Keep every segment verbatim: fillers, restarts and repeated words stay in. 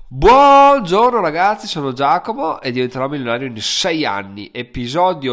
Buongiorno ragazzi, sono Giacomo e diventerò milionario in sei anni, episodio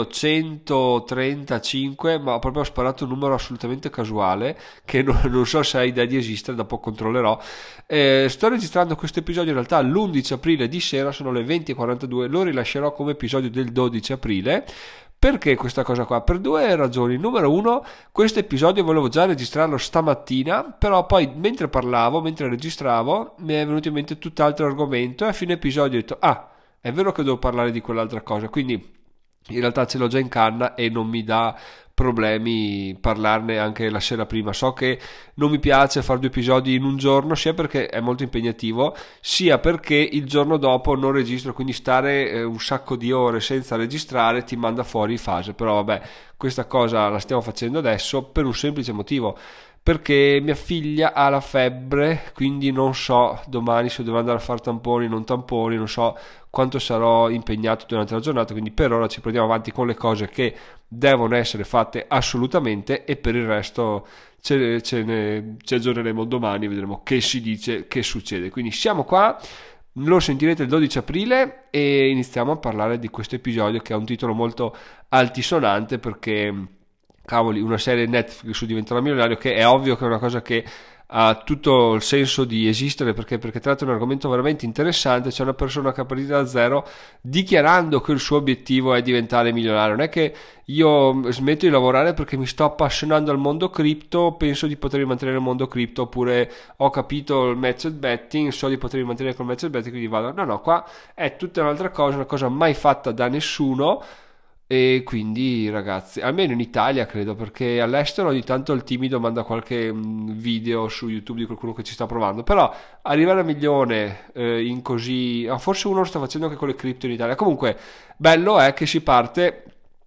centotrentacinque, ma ho proprio sparato un numero assolutamente casuale che non, non so se ha idea di esistere, dopo controllerò. Eh, sto registrando questo episodio in realtà l'undici aprile di sera, sono le venti e quarantadue, lo rilascerò come episodio del dodici aprile. Perché questa cosa qua? Per due ragioni. Numero uno, questo episodio volevo già registrarlo stamattina, però poi mentre parlavo, mentre registravo, mi è venuto in mente tutt'altro argomento e a fine episodio ho detto, ah, è vero che devo parlare di quell'altra cosa, quindi in realtà ce l'ho già in canna e non mi dà problemi parlarne anche la sera prima. So che non mi piace fare due episodi in un giorno, sia perché è molto impegnativo, sia perché il giorno dopo non registro, quindi stare eh, un sacco di ore senza registrare ti manda fuori fase. Però vabbè, questa cosa la stiamo facendo adesso per un semplice motivo, perché mia figlia ha la febbre, quindi non so domani se dovrò andare a fare tamponi, non tamponi, non so quanto sarò impegnato durante la giornata, quindi per ora ci portiamo avanti con le cose che devono essere fatte assolutamente e per il resto ce, ce ne ci aggiorneremo domani e vedremo che si dice, che succede. Quindi siamo qua, lo sentirete il dodici aprile e iniziamo a parlare di questo episodio che ha un titolo molto altisonante perché cavoli, una serie Netflix su Diventerò Milionario, che è ovvio che è una cosa che ha tutto il senso di esistere perché, perché tratta un argomento veramente interessante. C'è una persona che è partita da zero dichiarando che il suo obiettivo è diventare milionario. Non è che io smetto di lavorare perché mi sto appassionando al mondo cripto, penso di poter mantenere il mondo cripto, oppure ho capito il match betting, so di poter mantenere col match betting, quindi vado. No, no, qua è tutta un'altra cosa, una cosa mai fatta da nessuno. E quindi ragazzi, almeno in Italia credo, perché all'estero ogni tanto il timido manda qualche mm, video su YouTube di qualcuno che ci sta provando, però arrivare a milione eh, in così, ah, forse uno lo sta facendo anche con le cripto in Italia. Comunque bello è che si parte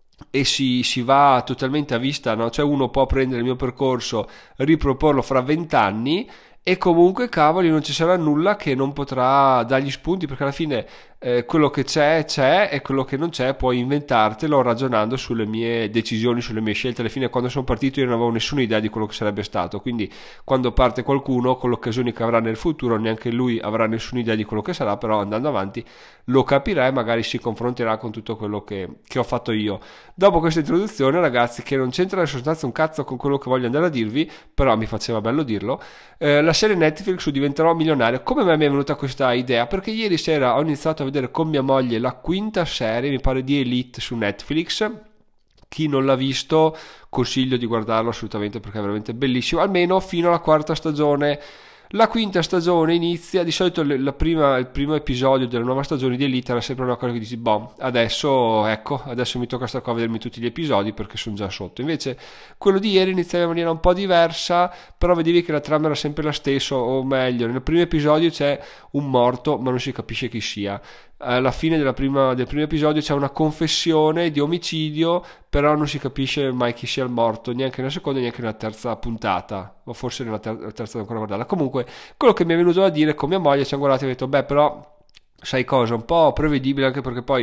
e si, si va totalmente a vista, no? Cioè uno può prendere il mio percorso, riproporlo fra vent'anni e comunque cavoli non ci sarà nulla che non potrà dargli spunti, perché alla fine eh, quello che c'è c'è e quello che non c'è puoi inventartelo ragionando sulle mie decisioni, sulle mie scelte. Alla fine quando sono partito io non avevo nessuna idea di quello che sarebbe stato, quindi quando parte qualcuno con le occasioni che avrà nel futuro neanche lui avrà nessuna idea di quello che sarà, però andando avanti lo capirà e magari si confronterà con tutto quello che, che ho fatto io. Dopo questa introduzione ragazzi, che non c'entra in sostanza un cazzo con quello che voglio andare a dirvi, però mi faceva bello dirlo, eh, la serie Netflix su Diventerò Milionario, come mai mi è venuta questa idea? Perché ieri sera ho iniziato a vedere con mia moglie la quinta serie, mi pare di Elite su Netflix. Chi non l'ha visto consiglio di guardarlo assolutamente perché è veramente bellissimo, almeno fino alla quarta stagione. La quinta stagione inizia, di solito la prima, il primo episodio della nuova stagione di Elite era sempre una cosa che dici, boh, adesso ecco, adesso mi tocca stare qua a vedermi tutti gli episodi perché sono già sotto. Invece quello di ieri iniziava in maniera un po' diversa, però vedevi che la trama era sempre la stessa, o meglio, nel primo episodio c'è un morto ma non si capisce chi sia. Alla fine della prima, del primo episodio c'è una confessione di omicidio, però non si capisce mai chi sia il morto, neanche nella seconda, neanche nella terza puntata, o forse nella ter- terza da ancora guardarla. Comunque, quello che mi è venuto da dire con mia moglie, ci hanno guardato e ho detto, beh, però sai cosa, un po' prevedibile, anche perché poi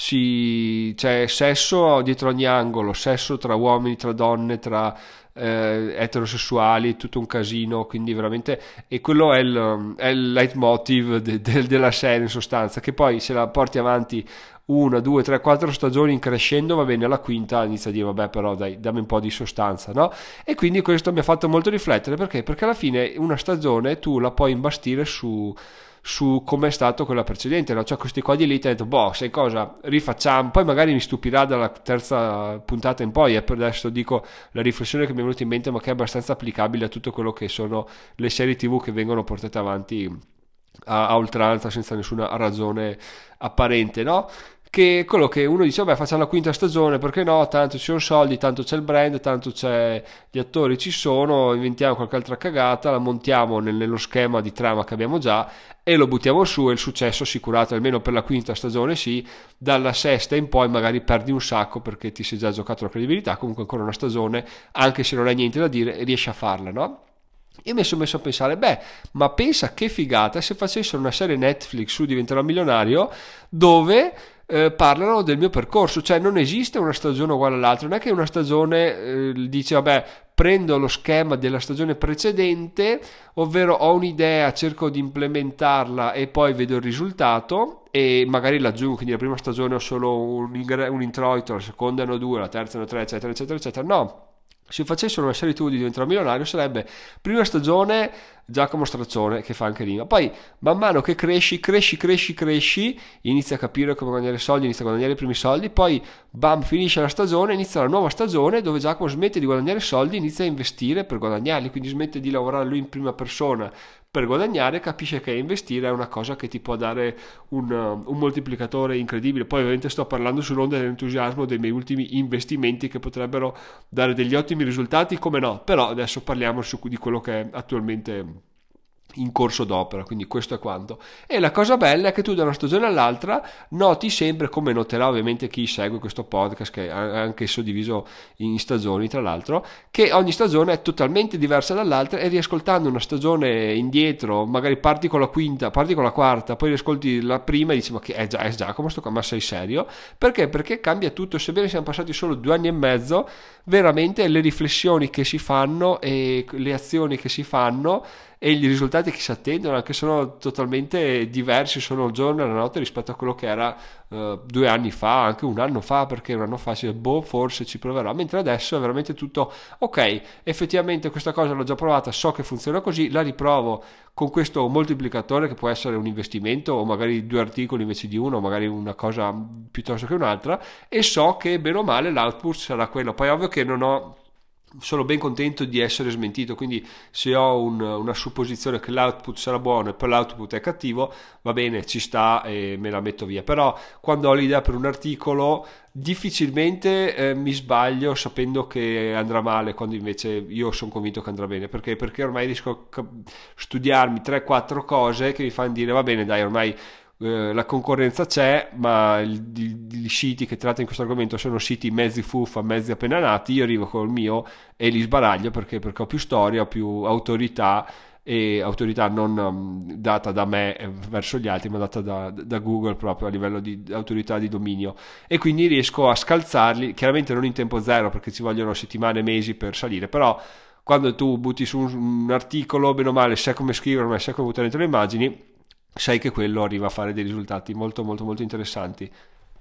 si c'è sesso dietro ogni angolo, sesso tra uomini, tra donne, tra eh, eterosessuali, tutto un casino, quindi veramente, e quello è il, è il leitmotiv de, de, della serie in sostanza, che poi se la porti avanti una, due, tre, quattro stagioni in crescendo va bene, alla quinta inizia a dire vabbè però dai, dammi un po' di sostanza, no? E quindi questo mi ha fatto molto riflettere, perché? Perché alla fine una stagione tu la puoi imbastire su su come è stato quella precedente, no? Cioè questi qua di Elite ho detto boh, sai cosa, rifacciamo, poi magari mi stupirà dalla terza puntata in poi, e per adesso dico la riflessione che mi è venuta in mente ma che è abbastanza applicabile a tutto quello che sono le serie tv che vengono portate avanti a, a oltranza senza nessuna ragione apparente, no? Che quello che uno dice vabbè facciamo la quinta stagione perché no, tanto ci sono soldi, tanto c'è il brand, tanto c'è gli attori ci sono, inventiamo qualche altra cagata, la montiamo nel- nello schema di trama che abbiamo già e lo buttiamo su e il successo assicurato almeno per la quinta stagione. Sì, dalla sesta in poi magari perdi un sacco perché ti sei già giocato la credibilità, comunque ancora una stagione, anche se non hai niente da dire riesci a farla, no? Io mi sono messo a pensare, beh, ma pensa che figata se facessero una serie Netflix su Diventerò Milionario dove eh, parlano del mio percorso, cioè non esiste una stagione uguale all'altra, non è che una stagione eh, dice vabbè prendo lo schema della stagione precedente, ovvero ho un'idea, cerco di implementarla e poi vedo il risultato e magari l'aggiungo, quindi la prima stagione ho solo un, ingre- un introito, la seconda ne ho due, la terza ne ho tre, eccetera, eccetera, eccetera. No, se facessero una serie tv di Diventerò Milionario sarebbe prima stagione Giacomo Straccione, che fa anche rima, poi man mano che cresci, cresci, cresci, cresci, inizia a capire come guadagnare soldi, inizia a guadagnare i primi soldi, poi bam, finisce la stagione, inizia la nuova stagione dove Giacomo smette di guadagnare soldi, inizia a investire per guadagnarli, quindi smette di lavorare lui in prima persona per guadagnare, capisce che investire è una cosa che ti può dare un, un moltiplicatore incredibile. Poi ovviamente sto parlando sull'onda dell'entusiasmo dei miei ultimi investimenti che potrebbero dare degli ottimi risultati, come no, però adesso parliamo su, di quello che è attualmente in corso d'opera, quindi questo è quanto. E la cosa bella è che tu da una stagione all'altra noti sempre, come noterà ovviamente chi segue questo podcast, che è anche suddiviso in stagioni tra l'altro, che ogni stagione è totalmente diversa dall'altra e riascoltando una stagione indietro, magari parti con la quinta, parti con la quarta, poi riascolti la prima e dici ma che è già è Giacomo sto qua, ma sei serio? Perché? Perché cambia tutto, sebbene siamo passati solo due anni e mezzo, veramente le riflessioni che si fanno e le azioni che si fanno e i risultati che si attendono anche sono totalmente diversi, sono il giorno e la notte rispetto a quello che era uh, due anni fa, anche un anno fa, perché un anno fa si dice, boh, forse ci proverò, mentre adesso è veramente tutto ok, effettivamente questa cosa l'ho già provata, so che funziona così, la riprovo con questo moltiplicatore che può essere un investimento o magari due articoli invece di uno, magari una cosa piuttosto che un'altra, e so che bene o male l'output sarà quello. Poi ovvio che non ho sono ben contento di essere smentito, quindi se ho un, una supposizione che l'output sarà buono e poi l'output è cattivo, va bene, ci sta e me la metto via. Però quando ho l'idea per un articolo difficilmente eh, mi sbaglio sapendo che andrà male, quando invece io sono convinto che andrà bene, perché, perché ormai riesco a studiarmi tre quattro cose che mi fanno dire va bene dai, ormai la concorrenza c'è, ma i siti che trattano in questo argomento sono siti mezzi fuffa, mezzi appena nati, io arrivo col mio e li sbaraglio perché, perché ho più storia, ho più autorità, e autorità non um, data da me eh, verso gli altri, ma data da, da Google proprio a livello di autorità di dominio, e quindi riesco a scalzarli, chiaramente non in tempo zero perché ci vogliono settimane, mesi per salire, però quando tu butti su un, un articolo, bene o male, sai come scriverlo, ma sai come buttare dentro le immagini, sai che quello arriva a fare dei risultati molto molto molto interessanti.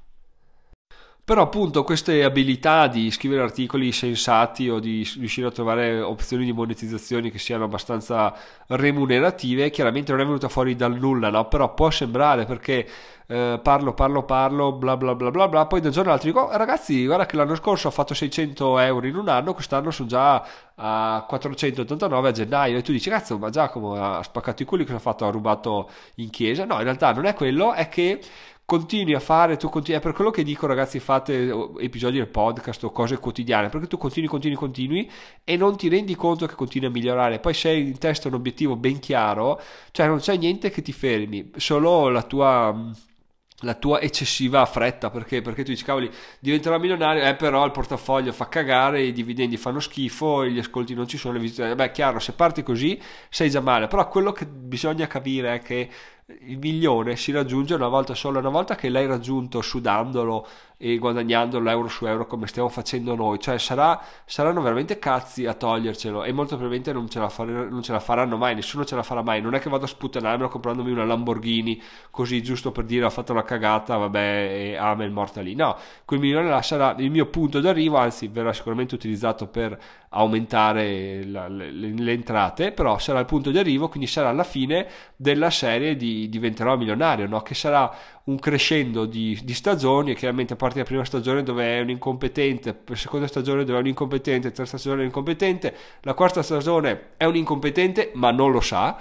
Però appunto queste abilità di scrivere articoli sensati o di riuscire a trovare opzioni di monetizzazione che siano abbastanza remunerative chiaramente non è venuta fuori dal nulla, no? Però può sembrare, perché eh, parlo parlo parlo bla bla bla bla bla, poi da un giorno all'altro dico oh, ragazzi guarda che l'anno scorso ho fatto seicento euro in un anno, quest'anno sono già a quattrocentottantanove a gennaio, e tu dici cazzo ma Giacomo ha spaccato i culi, cosa ha fatto? Ha rubato in chiesa? No, in realtà non è quello, è che continui a fare, tu continui, è per quello che dico ragazzi fate episodi del podcast o cose quotidiane, perché tu continui, continui, continui e non ti rendi conto che continui a migliorare, poi se hai in testa un obiettivo ben chiaro, cioè non c'è niente che ti fermi, solo la tua... la tua eccessiva fretta, perché perché tu dici cavoli diventerò milionario, eh però il portafoglio fa cagare, i dividendi fanno schifo, gli ascolti non ci sono, le visite, beh chiaro se parti così sei già male, però quello che bisogna capire è che il milione si raggiunge una volta sola, una volta che l'hai raggiunto sudandolo e guadagnandolo euro su euro come stiamo facendo noi, cioè sarà, saranno veramente cazzi a togliercelo e molto probabilmente non ce, la fare, non ce la faranno mai, nessuno ce la farà mai, non è che vado a sputtanarmelo comprandomi una Lamborghini così giusto per dire ho fatto una cagata, vabbè, e amen, morta lì, no, quel milione là sarà il mio punto d'arrivo, anzi verrà sicuramente utilizzato per aumentare la, le, le entrate, però sarà il punto di arrivo, quindi sarà la fine della serie di diventerò milionario, no? Che sarà un crescendo di, di stagioni, e chiaramente a parte la prima stagione dove è un incompetente, la seconda stagione dove è un incompetente, la terza stagione è un incompetente, la quarta stagione è un incompetente ma non lo sa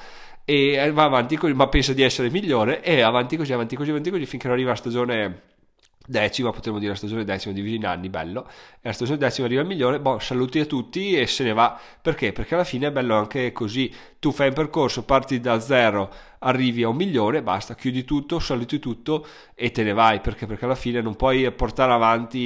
e va avanti così, ma pensa di essere migliore, e avanti così, avanti così, avanti così finché non arriva la stagione decima, potremmo dire la stagione decima divisa in anni, bello, e la stagione decima arriva il migliore, boh, saluti a tutti e se ne va, perché? Perché alla fine è bello anche così, tu fai un percorso, parti da zero, arrivi a un milione, basta, chiudi tutto, saluti tutto e te ne vai, perché? Perché alla fine non puoi portare avanti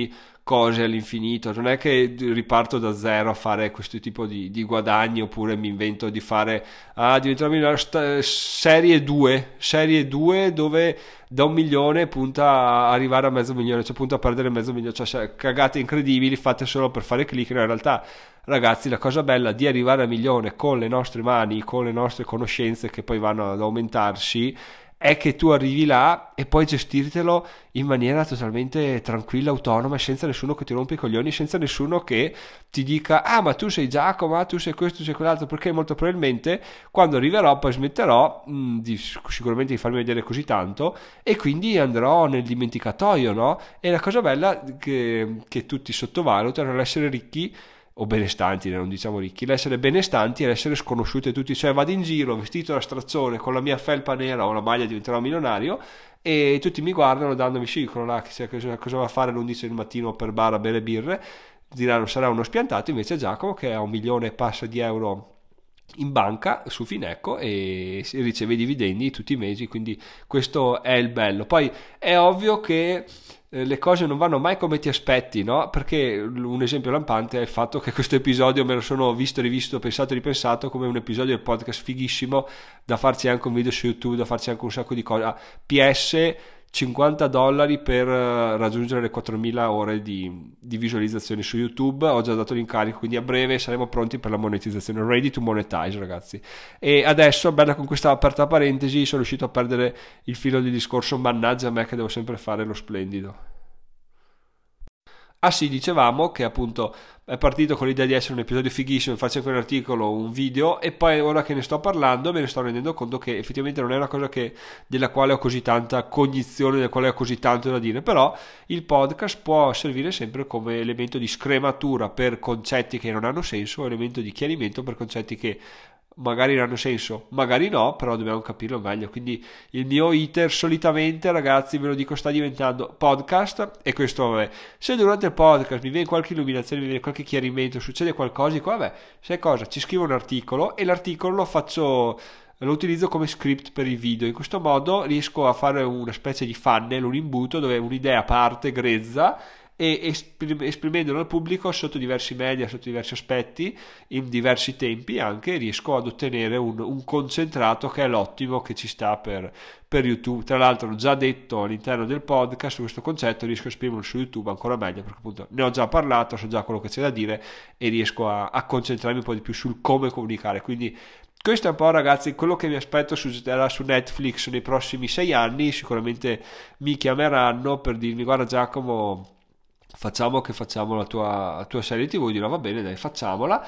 cose all'infinito, non è che riparto da zero a fare questo tipo di, di guadagni, oppure mi invento di fare ah, diventerò milionario, sta- serie due serie due dove da un milione punta a arrivare a mezzo milione, cioè punta a perdere mezzo milione, cioè cagate incredibili fatte solo per fare click. No, in realtà ragazzi, la cosa bella di arrivare a milione con le nostre mani, con le nostre conoscenze che poi vanno ad aumentarsi, è che tu arrivi là e puoi gestirtelo in maniera totalmente tranquilla, autonoma, senza nessuno che ti rompe i coglioni, senza nessuno che ti dica ah ma tu sei Giacomo, ah, tu sei questo, tu sei quell'altro, perché molto probabilmente quando arriverò poi smetterò mh, di, sicuramente di farmi vedere così tanto, e quindi andrò nel dimenticatoio, no? E la cosa bella che, che tutti sottovalutano è l'essere ricchi o benestanti, non diciamo ricchi, l'essere benestanti e l'essere sconosciuti a tutti, cioè vado in giro vestito da strazzone con la mia felpa nera o la maglia diventerò milionario e tutti mi guardano dandomi sì, quello là che cosa, cosa va a fare l'undici del mattino per bar a bere birre, diranno sarà uno spiantato. Invece Giacomo che ha un milione e passa di euro in banca su Fineco e riceve i dividendi tutti i mesi, quindi questo è il bello. Poi è ovvio che le cose non vanno mai come ti aspetti, no? Perché un esempio lampante è il fatto che questo episodio me lo sono visto, rivisto, pensato e ripensato come un episodio del podcast fighissimo da farci anche un video su YouTube, da farci anche un sacco di cose. Ah, P S cinquanta dollari per raggiungere le quattromila ore di, di visualizzazioni su YouTube. Ho già dato l'incarico, quindi a breve saremo pronti per la monetizzazione, ready to monetize, ragazzi. E adesso, bella, con questa aperta parentesi, sono riuscito a perdere il filo del discorso, mannaggia a me che devo sempre fare lo splendido. Ah sì, dicevamo che appunto è partito con l'idea di essere un episodio fighissimo, faccio anche un articolo, un video, e poi ora che ne sto parlando me ne sto rendendo conto che effettivamente non è una cosa che, della quale ho così tanta cognizione, della quale ho così tanto da dire, però il podcast può servire sempre come elemento di scrematura per concetti che non hanno senso, elemento di chiarimento per concetti che magari hanno senso, magari no, però dobbiamo capirlo meglio. Quindi il mio iter solitamente, ragazzi, ve lo dico, sta diventando podcast, e questo vabbè, se durante il podcast mi viene qualche illuminazione, mi viene qualche chiarimento, succede qualcosa, dico vabbè, sai cosa, ci scrivo un articolo e l'articolo lo faccio, lo utilizzo come script per i video. In questo modo riesco a fare una specie di funnel, un imbuto dove un'idea parte grezza e esprimendolo al pubblico sotto diversi media, sotto diversi aspetti, in diversi tempi anche, riesco ad ottenere un, un concentrato che è l'ottimo che ci sta per, per YouTube. Tra l'altro ho già detto all'interno del podcast questo concetto, riesco a esprimerlo su YouTube ancora meglio, perché appunto ne ho già parlato, so già quello che c'è da dire e riesco a, a concentrarmi un po' di più sul come comunicare. Quindi questo è un po', ragazzi, quello che mi aspetto succederà su Netflix nei prossimi sei anni. Sicuramente mi chiameranno per dirmi guarda Giacomo, facciamo che facciamo la tua, la tua serie tv, dirò va bene dai, facciamola,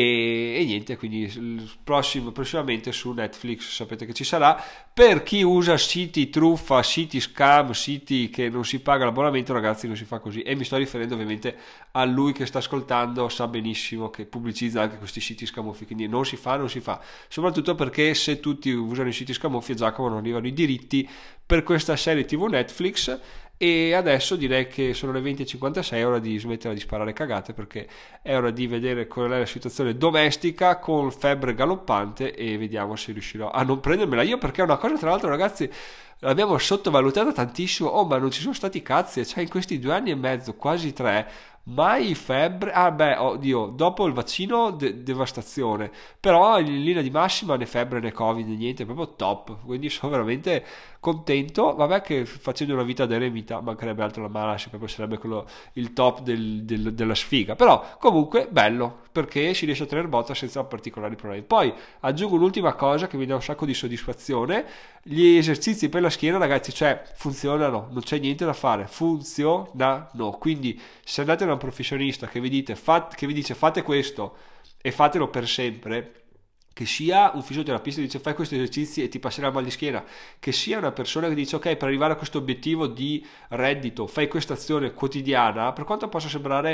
e, e niente, quindi il prossimo, prossimamente su Netflix sapete che ci sarà. Per chi usa siti truffa, siti scam, siti che non si paga l'abbonamento, ragazzi, non si fa così, e mi sto riferendo ovviamente a lui che sta ascoltando, sa benissimo che pubblicizza anche questi siti scamuffi, quindi non si fa, non si fa, soprattutto perché se tutti usano i siti scamuffi a Giacomo non arrivano i diritti per questa serie tv Netflix. E adesso direi che sono le venti e cinquantasei, è ora di smettere di sparare cagate, perché è ora di vedere qual è la situazione domestica con febbre galoppante, e vediamo se riuscirò a non prendermela io, perché è una cosa, tra l'altro, ragazzi, l'abbiamo sottovalutata tantissimo. Oh, ma non ci sono stati cazzi, cioè in questi due anni e mezzo, quasi tre, mai febbre. Ah beh, oddio, dopo il vaccino de- devastazione, però in linea di massima né febbre né covid né niente, proprio top, quindi sono veramente contento. Vabbè che facendo una vita da eremita mancherebbe altro, la Malasia proprio sarebbe quello, il top del- del- della sfiga, però comunque bello, perché si riesce a tenere botta senza particolari problemi. Poi aggiungo un'ultima cosa che mi dà un sacco di soddisfazione: gli esercizi per la schiena, ragazzi, cioè funzionano, non c'è niente da fare, funzionano. Quindi se andate da un professionista che vi, dite, fat, che vi dice fate questo e fatelo per sempre, che sia un fisioterapista che dice fai questi esercizi e ti passerà il mal di schiena, che sia una persona che dice ok, per arrivare a questo obiettivo di reddito fai questa azione quotidiana, per quanto possa sembrare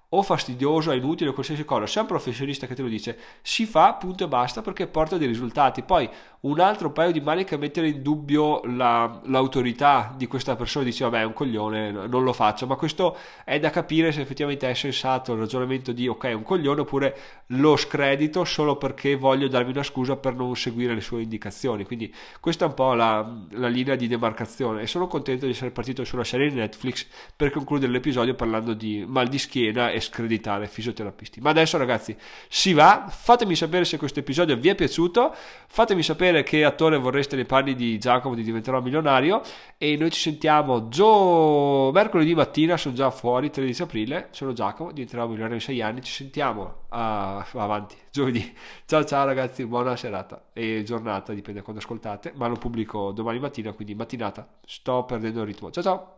o fastidioso, è inutile, qualsiasi cosa. Se è un professionista che te lo dice, si fa, punto e basta, perché porta dei risultati. Poi un altro paio di maniche a mettere in dubbio la- l'autorità di questa persona, dice vabbè è un coglione, no- non lo faccio, ma questo è da capire se effettivamente è sensato il ragionamento di ok è un coglione, oppure lo scredito solo perché voglio darmi una scusa per non seguire le sue indicazioni. Quindi questa è un po' la, la linea di demarcazione, e sono contento di essere partito sulla serie di Netflix per concludere l'episodio parlando di mal di schiena e screditare fisioterapisti. Ma adesso ragazzi si va, fatemi sapere se questo episodio vi è piaciuto, fatemi sapere che attore vorreste nei panni di Giacomo di Diventerò Milionario, e noi ci sentiamo gio... mercoledì mattina, sono già fuori, tredici aprile, sono Giacomo, diventerò milionario in sei anni, ci sentiamo a... avanti, giovedì. Ciao ciao ragazzi, buona serata e giornata, dipende da quando ascoltate, ma lo pubblico domani mattina, quindi mattinata, sto perdendo il ritmo. Ciao ciao!